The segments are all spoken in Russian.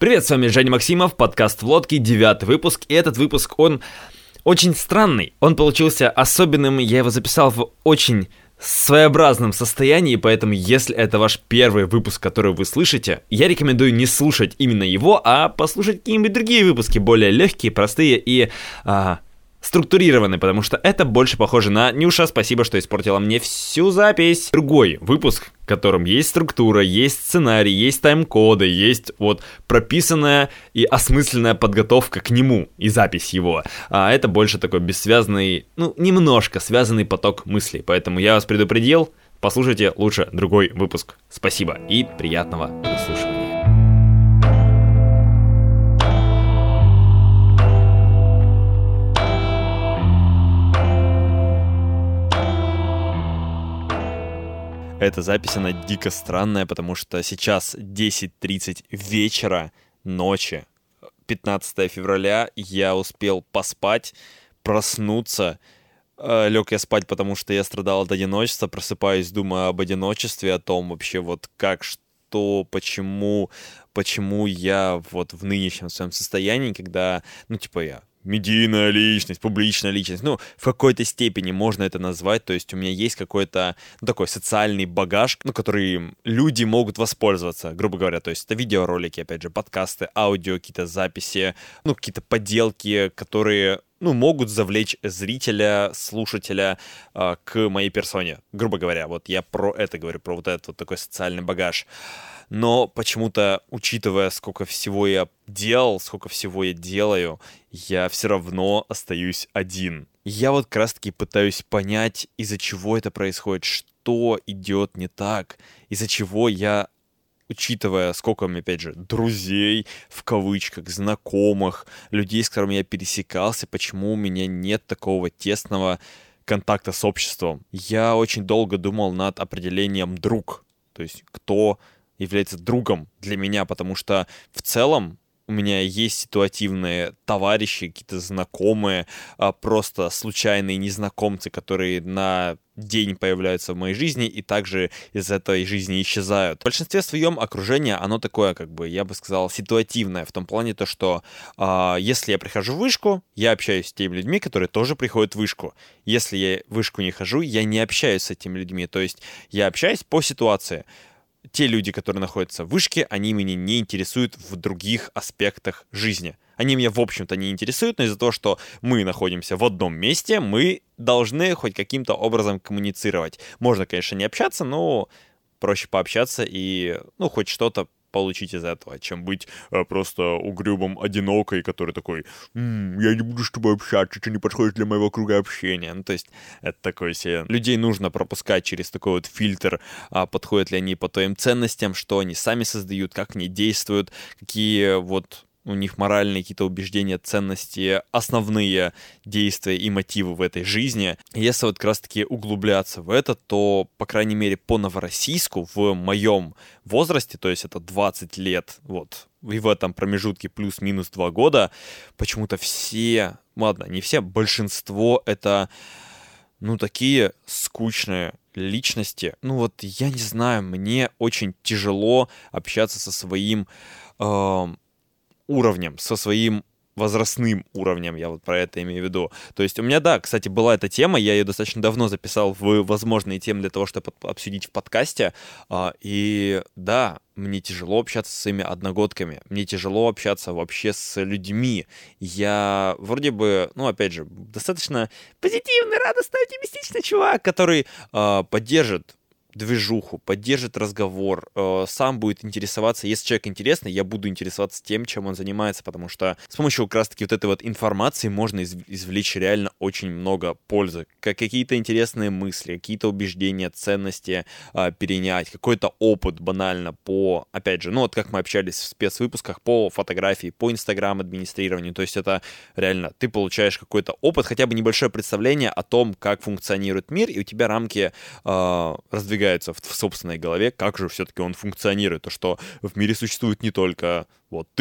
Привет, с вами Женя Максимов, подкаст в лодке, 9 выпуск, и этот выпуск, он очень странный, он получился особенным, я его записал в очень своеобразном состоянии, поэтому если это ваш первый выпуск, который вы слышите, я рекомендую не слушать именно его, а послушать какие-нибудь другие выпуски, более легкие, простые и структурированные, потому что это больше похоже на «Нюша, спасибо, что испортила мне всю запись». Другой выпуск, в котором есть структура, есть сценарий, есть тайм-коды, есть вот прописанная и осмысленная подготовка к нему и запись его. А это больше такой бессвязный, немножко связанный поток мыслей. Поэтому я вас предупредил, послушайте лучше другой выпуск. Спасибо и приятного прослушивания. Эта запись, она дико странная, потому что сейчас 10:30 вечера, ночи, 15 февраля, я успел поспать, проснуться. Лег я спать, потому что я страдал от одиночества, просыпаюсь, думаю об одиночестве, о том вообще вот как, что, почему я вот в нынешнем своем состоянии, когда, я медийная личность, публичная личность, в какой-то степени можно это назвать, то есть у меня есть какой-то, такой социальный багаж, который люди могут воспользоваться, грубо говоря, то есть это видеоролики, опять же, подкасты, аудио, какие-то записи, какие-то поделки, которые, могут завлечь зрителя, слушателя к моей персоне, грубо говоря, вот я про это говорю, про вот этот вот такой социальный багаж. Но почему-то, учитывая, сколько всего я делал, сколько всего я делаю, я все равно остаюсь один. Я вот как раз-таки пытаюсь понять, из-за чего это происходит, что идет не так, из-за чего я, учитывая, сколько у меня, опять же, друзей, в кавычках, знакомых, людей, с которыми я пересекался, почему у меня нет такого тесного контакта с обществом. Я очень долго думал над определением «друг», то есть кто является другом для меня, потому что в целом у меня есть ситуативные товарищи, какие-то знакомые, просто случайные незнакомцы, которые на день появляются в моей жизни и также из этой жизни исчезают. В большинстве своем окружение, оно такое, я бы сказал, ситуативное, в том плане то, что если я прихожу в вышку, я общаюсь с теми людьми, которые тоже приходят в вышку. Если я в вышку не хожу, я не общаюсь с этими людьми, то есть я общаюсь по ситуации. Те люди, которые находятся в вышке, они меня не интересуют в других аспектах жизни. Они меня, в общем-то, не интересуют, но из-за того, что мы находимся в одном месте, мы должны хоть каким-то образом коммуницировать. Можно, конечно, не общаться, но проще пообщаться и, хоть что-то получить из этого, чем быть просто угрюмым, одинокой, который такой, я не буду с тобой общаться, ты не подходишь для моего круга общения. То есть это такое себе. Людей нужно пропускать через такой вот фильтр, подходят ли они по твоим ценностям, что они сами создают, как они действуют, какие вот у них моральные какие-то убеждения, ценности, основные действия и мотивы в этой жизни. Если вот как раз-таки углубляться в это, то, по крайней мере, по новороссийску в моем возрасте, то есть это 20 лет, вот, и в этом промежутке плюс-минус 2 года, почему-то все, не все, большинство это, такие скучные личности. Я не знаю, мне очень тяжело общаться со своим уровнем, со своим возрастным уровнем, я вот про это имею в виду. То есть у меня, да, кстати, была эта тема, я ее достаточно давно записал в возможные темы для того, чтобы обсудить в подкасте, и да, мне тяжело общаться с своими одногодками, мне тяжело общаться вообще с людьми. Я вроде бы, опять же, достаточно позитивный, радостный, оптимистичный чувак, который поддержит движуху, поддержит разговор, сам будет интересоваться. Если человек интересный, я буду интересоваться тем, чем он занимается, потому что с помощью как раз-таки вот этой вот информации можно извлечь реально очень много пользы. Какие-то интересные мысли, какие-то убеждения, ценности перенять, какой-то опыт банально по, опять же, как мы общались в спецвыпусках, по фотографии, по инстаграм-администрированию. То есть это реально, ты получаешь какой-то опыт, хотя бы небольшое представление о том, как функционирует мир, и у тебя рамки раздвигаются в собственной голове, как же все-таки он функционирует, то что в мире существует не только вот ты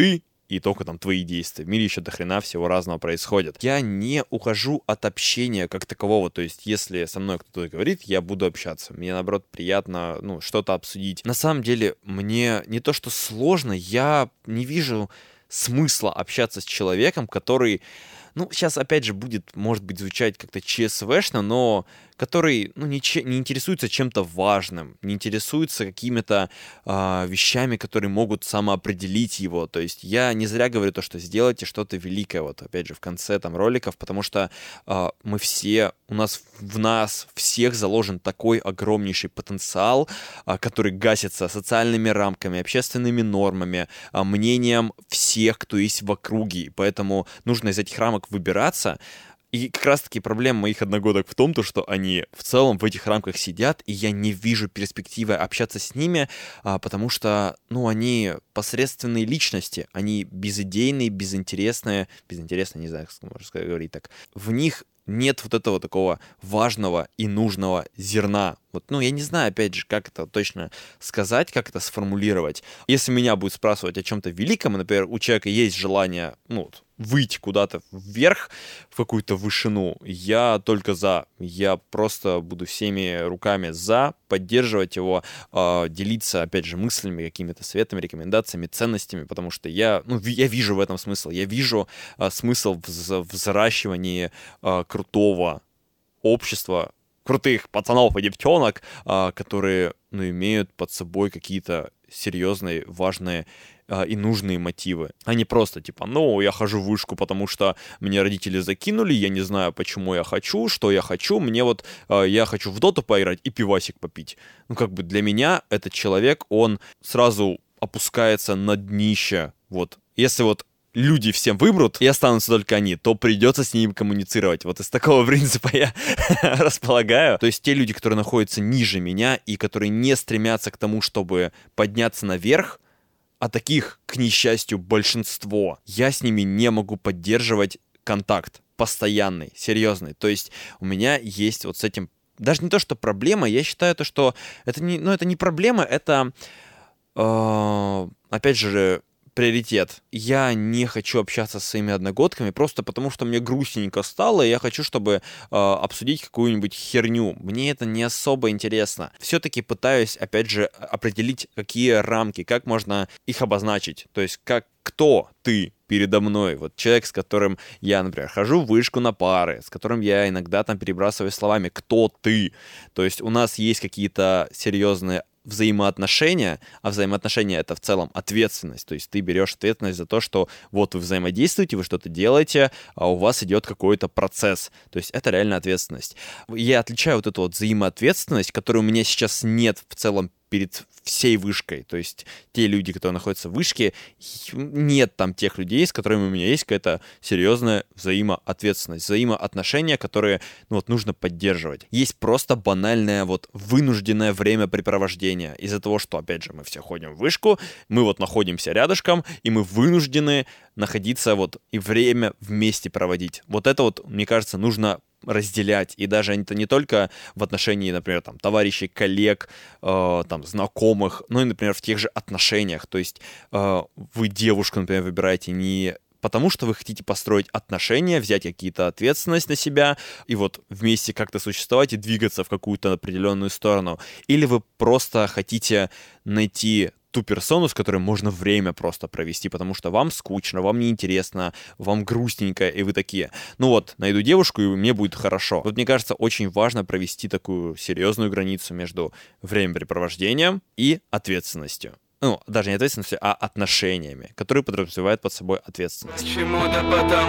и только там твои действия. В мире еще до хрена всего разного происходит. Я не ухожу от общения как такового, то есть если со мной кто-то говорит, я буду общаться. Мне, наоборот, приятно, что-то обсудить. На самом деле, мне не то, что сложно, я не вижу смысла общаться с человеком, который, сейчас, опять же, будет, может быть, звучать как-то ЧСВшно, но который, не интересуется чем-то важным, не интересуется какими-то вещами, которые могут самоопределить его. То есть я не зря говорю то, что сделайте что-то великое, вот, опять же, в конце там роликов, потому что мы все, в нас всех заложен такой огромнейший потенциал, который гасится социальными рамками, общественными нормами, мнением всех, кто есть в округе, и поэтому нужно из этих рамок выбираться. И как раз-таки проблема моих одногодок в том, что они в целом в этих рамках сидят, и я не вижу перспективы общаться с ними, потому что, они посредственные личности, они безидейные, безинтересные, не знаю, как можно говорить так, в них нет вот этого такого важного и нужного зерна. Я не знаю, опять же, как это точно сказать, как это сформулировать. Если меня будут спрашивать о чем-то великом, например, у человека есть желание, выйти куда-то вверх, в какую-то вышину, я только за. Я просто буду всеми руками за, поддерживать его, делиться, опять же, мыслями, какими-то советами, рекомендациями, ценностями, потому что я вижу в этом смысл. Я вижу смысл в взращивании крутого общества, крутых пацанов и девчонок, которые, имеют под собой какие-то серьезные, важные и нужные мотивы, а не просто я хожу в вышку, потому что мне родители закинули, я не знаю, почему я хочу, что я хочу, мне я хочу в доту поиграть и пивасик попить. Для меня этот человек, он сразу опускается на днище, если люди всем выберут, и останутся только они, то придется с ними коммуницировать. Из такого принципа я располагаю. То есть те люди, которые находятся ниже меня и которые не стремятся к тому, чтобы подняться наверх, а таких, к несчастью, большинство, я с ними не могу поддерживать контакт постоянный, серьезный. То есть у меня есть с этим даже не то, что проблема, я считаю то, что это не проблема, это, опять же, приоритет. Я не хочу общаться со своими одногодками просто потому, что мне грустненько стало, и я хочу, чтобы обсудить какую-нибудь херню. Мне это не особо интересно. Все-таки пытаюсь, опять же, определить, какие рамки, как можно их обозначить. То есть, кто ты передо мной? Человек, с которым я, например, хожу в вышку на пары, с которым я иногда там перебрасываюсь словами «кто ты?». То есть у нас есть какие-то серьезные взаимоотношения, а взаимоотношения — это в целом ответственность, то есть ты берешь ответственность за то, что вы взаимодействуете, вы что-то делаете, а у вас идет какой-то процесс, то есть это реально ответственность. Я отличаю эту взаимоответственность, которой у меня сейчас нет в целом перед всей вышкой, то есть те люди, которые находятся в вышке, нет там тех людей, с которыми у меня есть какая-то серьезная взаимоответственность, взаимоотношения, которые нужно поддерживать. Есть просто банальное вынужденное времяпрепровождение из-за того, что, опять же, мы все ходим в вышку, мы находимся рядышком, и мы вынуждены находиться и время вместе проводить. Это мне кажется, нужно разделять, и даже это не только в отношении, например, товарищей, коллег, знакомых, но и, например, в тех же отношениях, то есть вы девушку, например, выбираете не потому, что вы хотите построить отношения, взять какие-то ответственность на себя и вместе как-то существовать и двигаться в какую-то определенную сторону, или вы просто хотите найти ту персону, с которой можно время просто провести, потому что вам скучно, вам неинтересно, вам грустненько, и вы такие, найду девушку, и мне будет хорошо. Мне кажется, очень важно провести такую серьезную границу между времяпрепровождением и ответственностью. Даже не ответственностью, а отношениями, которые подразумевают под собой ответственность. Почему-то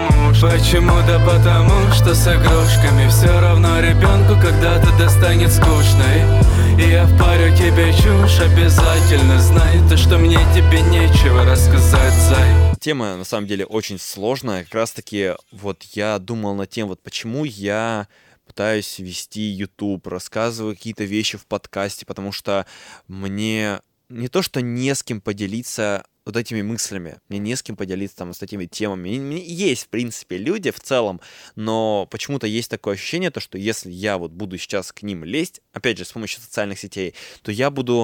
потому, что с игрушками все равно ребенку когда-то достанет скучной. И я впарю тебе чушь, обязательно знай то, что мне тебе нечего рассказать, зай. Тема, на самом деле, очень сложная. Как раз-таки, я думал над тем, почему я пытаюсь вести YouTube, рассказываю какие-то вещи в подкасте, потому что мне не то, что не с кем поделиться этими мыслями, мне не с кем поделиться с этими темами. Есть, в принципе, люди в целом, но почему-то есть такое ощущение, то, что если я буду сейчас к ним лезть, опять же, с помощью социальных сетей, то я буду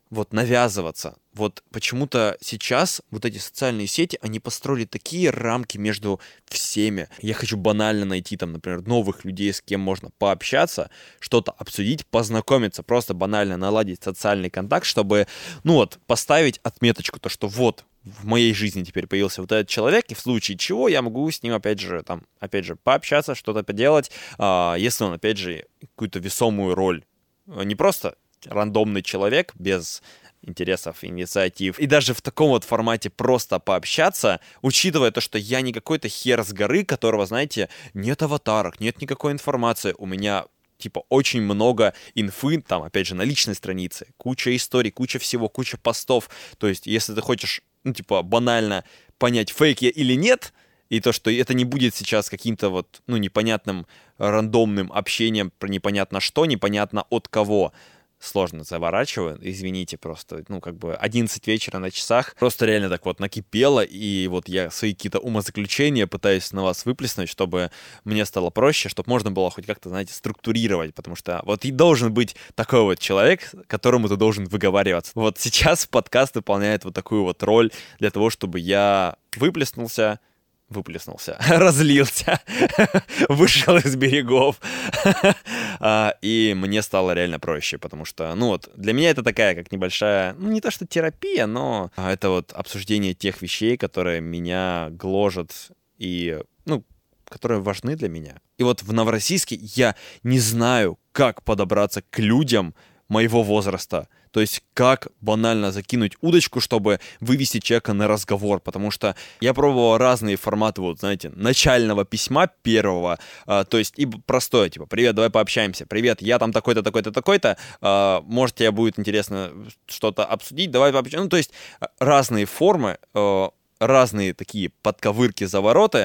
вот навязываться. Вот почему-то сейчас вот эти социальные сети, они построили такие рамки между всеми. Я хочу банально найти там, например, новых людей, с кем можно пообщаться, что-то обсудить, познакомиться, просто банально наладить социальный контакт, чтобы, ну вот, поставить отметочку, то, что вот, в моей жизни теперь появился вот этот человек, и в случае чего я могу с ним, опять же, пообщаться, что-то поделать, если он, опять же, какую-то весомую роль. Не просто рандомный человек без интересов, инициатив. И даже в таком вот формате просто пообщаться, учитывая то, что я не какой-то хер с горы, которого, знаете, нет аватарок, нет никакой информации. У меня типа очень много инфы, там, опять же, на личной странице, куча историй, куча всего, куча постов. То есть, если ты хочешь, ну, типа, банально понять, фейк я или нет, и то, что это не будет сейчас каким-то вот, ну, непонятным рандомным общением про непонятно что, непонятно от кого. Сложно заворачиваю, извините, просто, ну, как бы 11 вечера на часах, просто реально так вот накипело, и вот я свои какие-то умозаключения пытаюсь на вас выплеснуть, чтобы мне стало проще, чтобы можно было хоть как-то, знаете, структурировать, потому что вот и должен быть такой вот человек, которому ты должен выговариваться. Вот сейчас подкаст выполняет вот такую вот роль для того, чтобы я выплеснулся, разлился, вышел из берегов, и мне стало реально проще, потому что, ну вот, для меня это такая, как небольшая, ну не то что терапия, но это вот обсуждение тех вещей, которые меня гложат и, ну, которые важны для меня. И вот в Новороссийске я не знаю, как подобраться к людям моего возраста. То есть как банально закинуть удочку, чтобы вывести человека на разговор, потому что я пробовал разные форматы, вот знаете, начального письма первого, то есть и простое, типа, привет, давай пообщаемся, привет, я там такой-то, такой-то, такой-то, может тебе будет интересно что-то обсудить, давай пообщаемся, ну то есть разные формы, разные такие подковырки, завороты,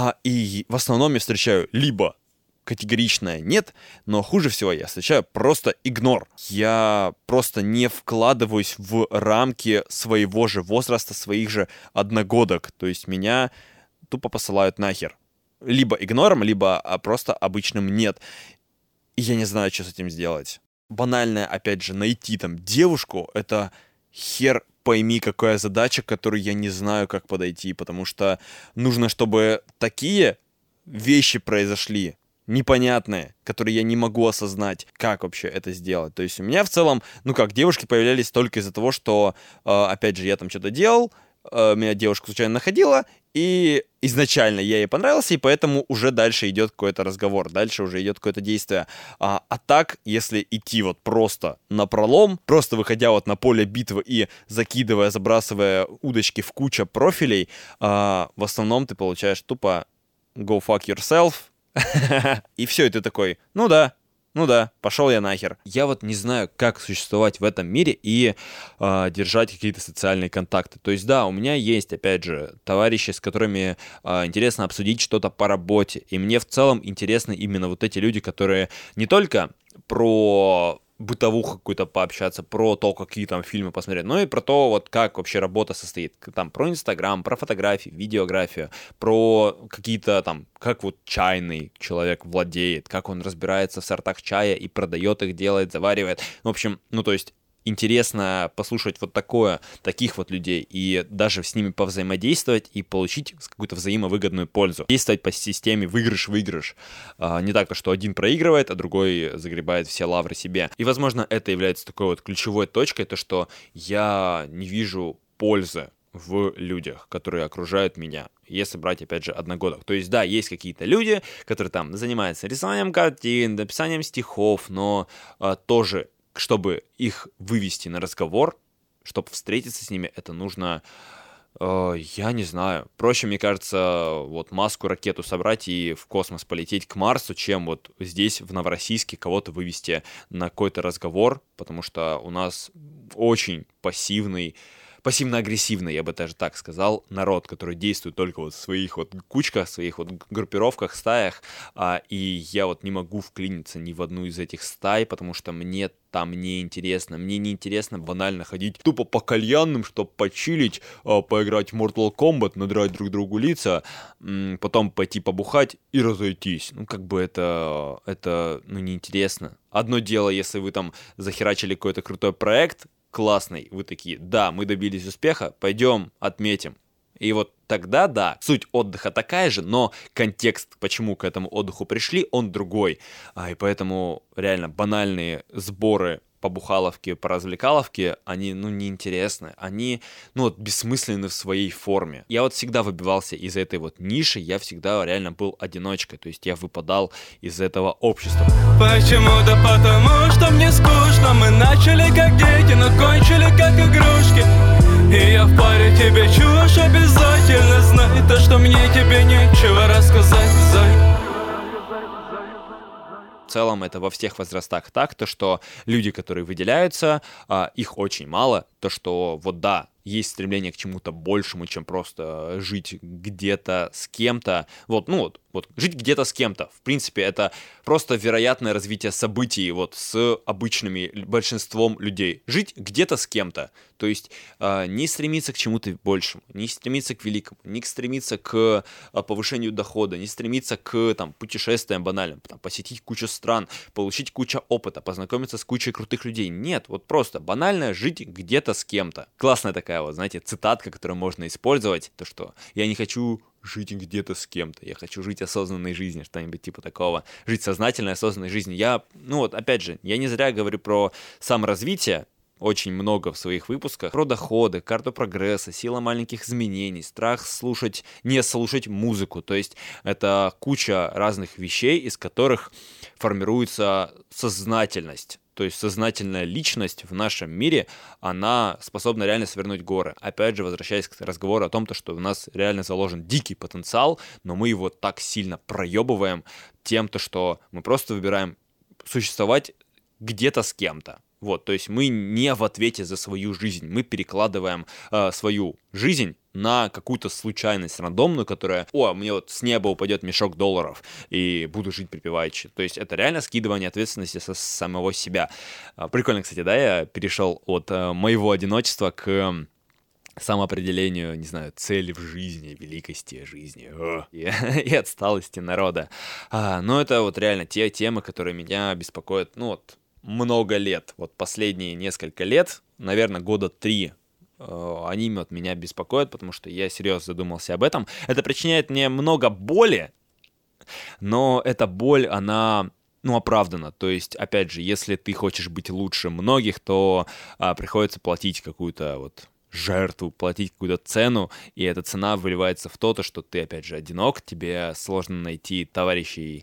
и в основном я встречаю либо категоричное нет, но хуже всего я встречаю просто игнор. Я просто не вкладываюсь в рамки своего же возраста, своих же одногодок. То есть меня тупо посылают нахер. Либо игнором, либо просто обычным нет. И я не знаю, что с этим сделать. Банальное, опять же, найти там девушку, это хер пойми, какая задача, к которой я не знаю, как подойти, потому что нужно, чтобы такие вещи произошли, непонятные, которые я не могу осознать, как вообще это сделать. То есть у меня в целом, ну как, девушки появлялись только из-за того, что, опять же, я там что-то делал, меня девушка случайно находила, и изначально я ей понравился, и поэтому уже дальше идет какой-то разговор, дальше уже идет какое-то действие. А так, если идти вот просто напролом, просто выходя вот на поле битвы и закидывая, забрасывая удочки в кучу профилей, в основном ты получаешь тупо go fuck yourself, и все, и ты такой, ну да, пошел я нахер. Я вот не знаю, как существовать в этом мире и держать какие-то социальные контакты. То есть да, у меня есть, опять же, товарищи, с которыми интересно обсудить что-то по работе. И мне в целом интересны именно вот эти люди, которые не только про бытовуху какую-то пообщаться, про то, какие там фильмы посмотреть, но и про то, вот как вообще работа состоит. Там про Инстаграм, про фотографии, видеографию, про какие-то там, как вот чайный человек владеет, как он разбирается в сортах чая и продает их, делает, заваривает. В общем, ну то есть интересно послушать вот такое, таких вот людей, и даже с ними повзаимодействовать и получить какую-то взаимовыгодную пользу. Действовать по системе выигрыш-выигрыш. Не так, что один проигрывает, а другой загребает все лавры себе. И, возможно, это является такой вот ключевой точкой, то, что я не вижу пользы в людях, которые окружают меня, если брать, опять же, одногодок. То есть, да, есть какие-то люди, которые там занимаются рисованием картин, написанием стихов, но тоже чтобы их вывести на разговор, чтобы встретиться с ними, это нужно, я не знаю. Проще, мне кажется, вот Маску ракету собрать и в космос полететь к Марсу, чем вот здесь, в Новороссийске, кого-то вывести на какой-то разговор, потому что у нас очень пассивно-агрессивный, я бы даже так сказал, народ, который действует только вот в своих вот кучках, в своих вот группировках, стаях, и я вот не могу вклиниться ни в одну из этих стай, потому что мне там неинтересно. Мне неинтересно банально ходить тупо по кальянным, чтобы почилить, поиграть в Mortal Kombat, надрать друг другу лица, потом пойти побухать и разойтись. Ну, как бы это ну, неинтересно. Одно дело, если вы там захерачили какой-то крутой проект, классный, вы такие, да, мы добились успеха, пойдем отметим. И вот тогда, да, суть отдыха такая же, но контекст, почему к этому отдыху пришли, он другой. И поэтому реально банальные сборы по бухаловке, по развлекаловке, они, неинтересны, они, бессмысленны в своей форме. Я вот всегда выбивался из этой вот ниши, я всегда реально был одиночкой, то есть я выпадал из этого общества. Почему? Да потому что мне скучно, мы начали как дети, но кончили как игрушки. И я впарю тебе чушь, обязательно знай то, что мне тебе нечего рассказать, зай. В целом это во всех возрастах так, то что люди, которые выделяются, их очень мало, то что вот да, есть стремление к чему-то большему, чем просто жить где-то с кем-то. Вот жить где-то с кем-то. В принципе, это просто вероятное развитие событий вот с обычными большинством людей. Жить где-то с кем-то. То есть не стремиться к чему-то большему, не стремиться к великому, не стремиться к повышению дохода, не стремиться к путешествиям банальным, посетить кучу стран, получить кучу опыта, познакомиться с кучей крутых людей. Нет, вот просто банально жить где-то с кем-то. Классная такая вот, знаете, цитатка, которую можно использовать, то что я не хочу жить где-то с кем-то, я хочу жить осознанной жизнью, что-нибудь типа такого. Жить сознательной, осознанной жизнью. Опять же, я не зря говорю про саморазвитие, очень много в своих выпусках, про доходы, карту прогресса, сила маленьких изменений, страх не слушать музыку. То есть это куча разных вещей, из которых формируется сознательность. То есть сознательная личность в нашем мире, она способна реально свернуть горы. Опять же, возвращаясь к разговору о том, что у нас реально заложен дикий потенциал, но мы его так сильно проебываем тем, что мы просто выбираем существовать где-то с кем-то. Вот, то есть мы не в ответе за свою жизнь, мы перекладываем свою жизнь на какую-то случайность рандомную, которая, мне вот с неба упадет мешок долларов, и буду жить припеваючи. То есть это реально скидывание ответственности со самого себя. Прикольно, кстати, да, я перешел от моего одиночества к самоопределению, не знаю, цели в жизни, великости жизни и отсталости народа. Но это вот реально те темы, которые меня беспокоят, много лет. Вот последние несколько лет, наверное, года 3, они меня беспокоят, потому что я серьезно задумался об этом. Это причиняет мне много боли, но эта боль, она оправдана. То есть, опять же, если ты хочешь быть лучше многих, то приходится платить какую-то жертву, платить какую-то цену, и эта цена выливается в то, что ты, опять же, одинок, тебе сложно найти товарищей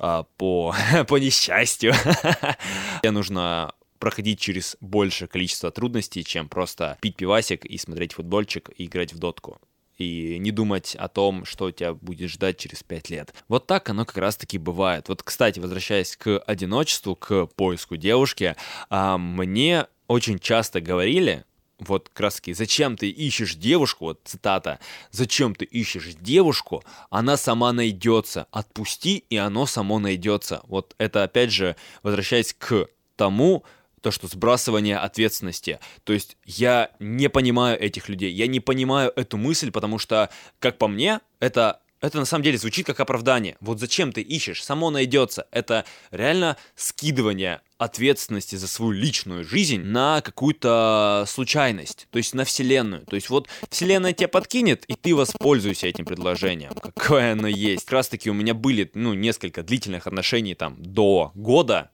по несчастью. Тебе нужно проходить через большее количество трудностей, чем просто пить пивасик и смотреть футбольчик и играть в дотку. И не думать о том, что тебя будет ждать через 5 лет. Вот так оно как раз-таки бывает. Вот, кстати, возвращаясь к одиночеству, к поиску девушки, мне очень часто говорили, вот как раз таки, зачем ты ищешь девушку, вот цитата, зачем ты ищешь девушку, она сама найдется, отпусти, и оно само найдется. Вот это, опять же, возвращаясь к тому, что сбрасывание ответственности. То есть я не понимаю этих людей, я не понимаю эту мысль, потому что, как по мне, это на самом деле звучит как оправдание. Вот зачем ты ищешь, само найдется. Это реально скидывание ответственности за свою личную жизнь на какую-то случайность, то есть на вселенную. То есть вот вселенная тебя подкинет, и ты воспользуйся этим предложением, какое оно есть. Как раз таки у меня были, несколько длительных отношений до года,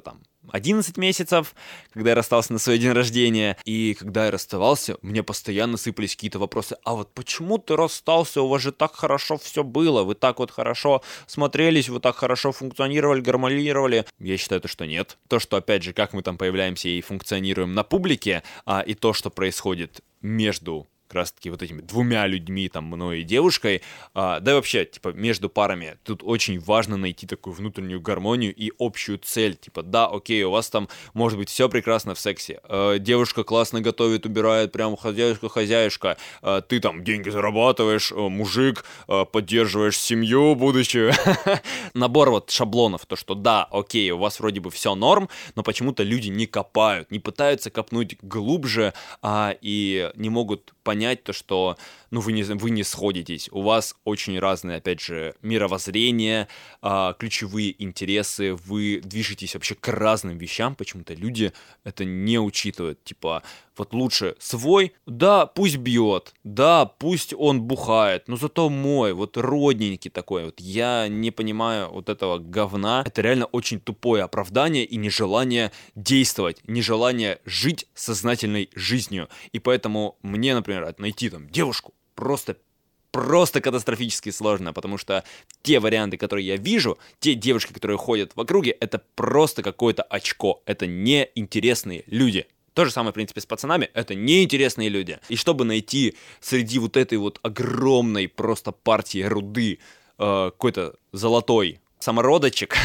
11 месяцев, когда я расстался на свой день рождения. И когда я расставался, мне постоянно сыпались какие-то вопросы. А вот почему ты расстался? У вас же так хорошо все было. Вы так вот хорошо смотрелись, вы так хорошо функционировали, гармонировали. Я считаю, что нет. То, что, опять же, как мы там появляемся и функционируем на публике, и то, что происходит между как раз-таки вот этими двумя людьми, мной и девушкой, да и вообще, между парами, тут очень важно найти такую внутреннюю гармонию и общую цель, да, окей, у вас там может быть все прекрасно в сексе, девушка классно готовит, убирает, прям хозяюшка, ты деньги зарабатываешь, мужик, поддерживаешь семью будущую, набор шаблонов, то, что да, окей, у вас вроде бы все норм, но почему-то люди не копают, не пытаются копнуть глубже, и не могут понять то, что вы не сходитесь. У вас очень разные, опять же, мировоззрение, ключевые интересы, вы движетесь вообще к разным вещам, почему-то люди это не учитывают. Типа, вот лучше свой, да, пусть бьет, да, пусть он бухает, но зато мой, вот родненький такой. Вот я не понимаю вот этого говна. Это реально очень тупое оправдание и нежелание действовать, нежелание жить сознательной жизнью. И поэтому мне, например, найти там девушку просто катастрофически сложно, потому что те варианты, которые я вижу, те девушки, которые ходят в округе, это просто какое-то очко, это неинтересные люди. То же самое, в принципе, с пацанами, это неинтересные люди. И чтобы найти среди вот этой вот огромной просто партии руды какой-то золотой самородочек,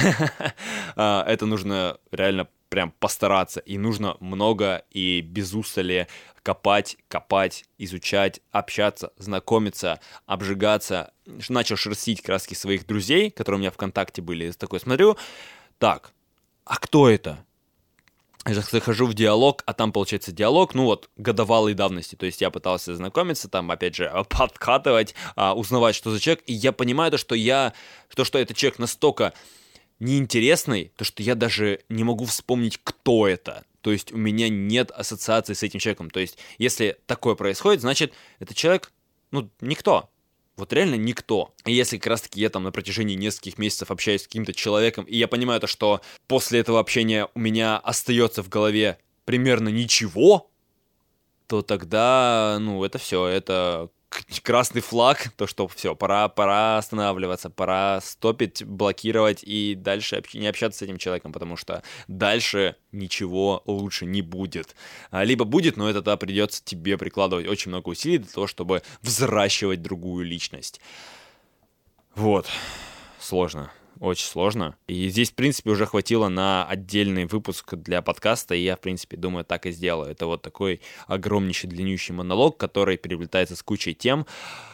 это нужно реально прям постараться, и нужно много и без устали копать, изучать, общаться, знакомиться, обжигаться. Начал шерстить краски своих друзей, которые у меня ВКонтакте были, такой смотрю, так, а кто это? Я захожу в диалог, а там, получается, диалог, годовалой давности. То есть я пытался знакомиться, там, опять же, подкатывать, узнавать, что за человек. И я понимаю, что этот человек настолько неинтересный, что я даже не могу вспомнить, кто это. То есть у меня нет ассоциации с этим человеком. То есть если такое происходит, значит, этот человек, никто. Вот реально никто. И если как раз-таки я там на протяжении нескольких месяцев общаюсь с каким-то человеком, и я понимаю что после этого общения у меня остается в голове примерно ничего, то тогда, это все, это красный флаг, то что все, пора останавливаться, пора стопить, блокировать и дальше не общаться с этим человеком, потому что дальше ничего лучше не будет. Либо будет, но это придется тебе прикладывать очень много усилий для того, чтобы взращивать другую личность. Вот. Сложно. Очень сложно. И здесь, в принципе, уже хватило на отдельный выпуск для подкаста, и я, в принципе, думаю, так и сделаю. Это вот такой огромнейший, длиннющий монолог, который переплетается с кучей тем.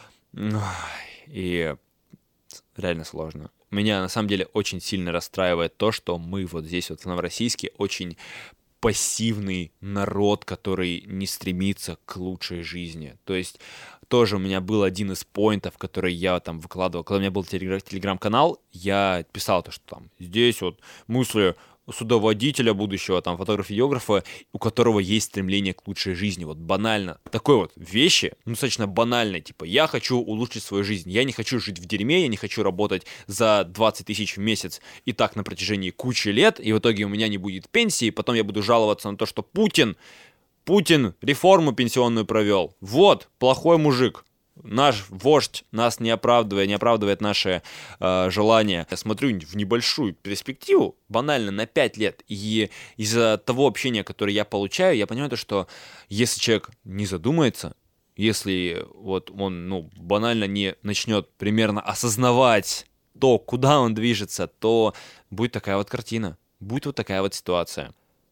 И реально сложно. Меня, на самом деле, очень сильно расстраивает то, что мы вот здесь вот в Новороссийске очень пассивный народ, который не стремится к лучшей жизни. То есть тоже у меня был один из поинтов, который я там выкладывал. Когда у меня был телеграм-канал, я писал что там здесь вот мысли судоводителя будущего, там, фотографа-видеографа, у которого есть стремление к лучшей жизни. Вот банально. Такой вот вещи, достаточно банальные, типа, я хочу улучшить свою жизнь, я не хочу жить в дерьме, я не хочу работать за 20 тысяч в месяц и так на протяжении кучи лет, и в итоге у меня не будет пенсии, потом я буду жаловаться на то, что Путин реформу пенсионную провел. Вот, плохой мужик. Наш вождь нас не оправдывает наши желания. Я смотрю в небольшую перспективу, банально на 5 лет, и из-за того общения, которое я получаю, я понимаю, что если человек не задумается, если вот он банально не начнет примерно осознавать то, куда он движется, то будет такая вот картина, будет вот такая вот ситуация.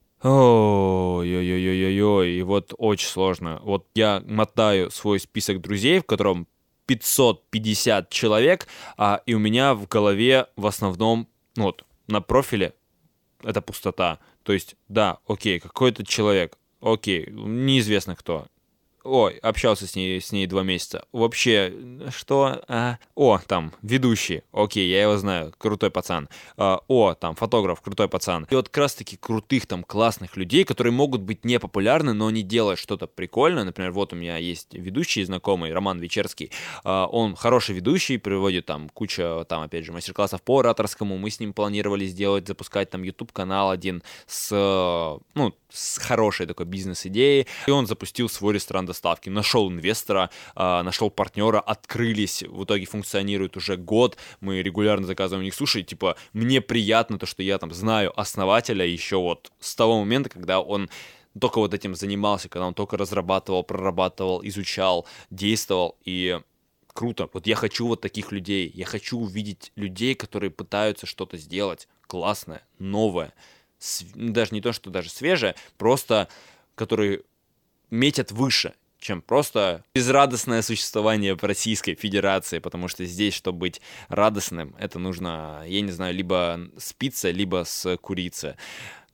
Ой-ой-ой-ой-ой, и вот очень сложно. Вот я мотаю свой список друзей, в котором 550 человек, и у меня в голове в основном, на профиле это пустота. То есть, да, окей, какой-то человек, окей, неизвестно кто. Ой, общался с ней 2 месяца. Вообще, что? Там, ведущий. Окей, я его знаю. Крутой пацан. Там, фотограф. Крутой пацан. И вот как раз-таки крутых, там, классных людей, которые могут быть непопулярны, но они делают что-то прикольное. Например, вот у меня есть ведущий знакомый, Роман Вечерский. Он хороший ведущий, приводит там кучу, там, опять же, мастер-классов по ораторскому. Мы с ним планировали запускать там YouTube-канал один с хорошей такой бизнес-идеей. И он запустил свой ресторан доставки. Нашел инвестора, нашел партнера, открылись, в итоге функционирует уже год. Мы регулярно заказываем у них суши. Типа, мне приятно то, что я там знаю основателя еще вот с того момента, когда он только вот этим занимался, когда он только разрабатывал, прорабатывал, изучал, действовал. И круто. Вот я хочу вот таких людей. Я хочу увидеть людей, которые пытаются что-то сделать классное, новое. Даже не то, что даже свежее, просто которые метят выше, чем просто безрадостное существование в Российской Федерации, потому что здесь, чтобы быть радостным, это нужно, я не знаю, либо с пиццей, либо с курицей.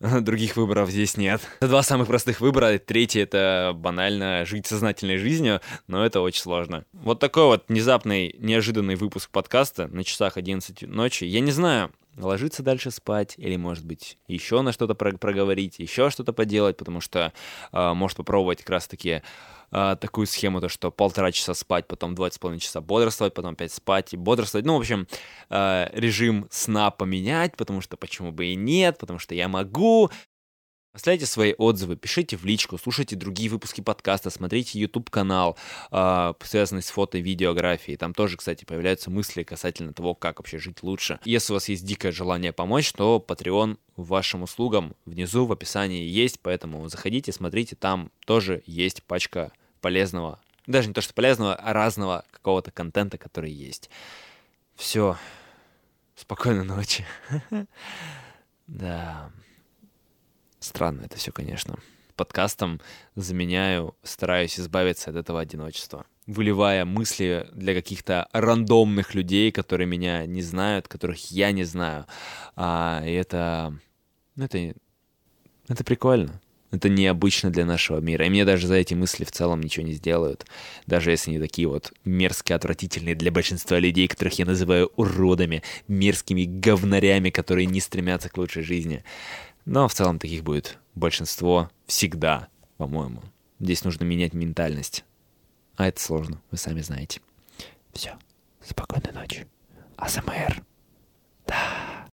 Других выборов здесь нет. Это 2 самых простых выбора. Третий — это банально жить сознательной жизнью, но это очень сложно. Вот такой вот внезапный, неожиданный выпуск подкаста на часах 11 ночи. Я не знаю, ложиться дальше спать или, может быть, еще на что-то проговорить, еще что-то поделать, потому что может попробовать как раз-таки такую схему, то что 1,5 часа спать, потом 2,5 часа бодрствовать, потом опять спать и бодрствовать. Ну, в общем, режим сна поменять, потому что почему бы и нет, потому что я могу. Оставляйте свои отзывы, пишите в личку, слушайте другие выпуски подкаста, смотрите YouTube-канал, связанный с фото- и видеографией. Там тоже, кстати, появляются мысли касательно того, как вообще жить лучше. Если у вас есть дикое желание помочь, то Patreon вашим услугам внизу в описании есть, поэтому заходите, смотрите, там тоже есть пачка полезного, даже не то что полезного, а разного какого-то контента, который есть. Все. Спокойной ночи. Да. Странно это все, конечно. Подкастом стараюсь избавиться от этого одиночества, выливая мысли для каких-то рандомных людей, которые меня не знают, которых я не знаю. И это прикольно. Это необычно для нашего мира. И мне даже за эти мысли в целом ничего не сделают. Даже если они такие вот мерзкие, отвратительные для большинства людей, которых я называю уродами, мерзкими говнарями, которые не стремятся к лучшей жизни. Но в целом таких будет большинство всегда, по-моему. Здесь нужно менять ментальность. А это сложно, вы сами знаете. Все. Спокойной ночи. АСМР.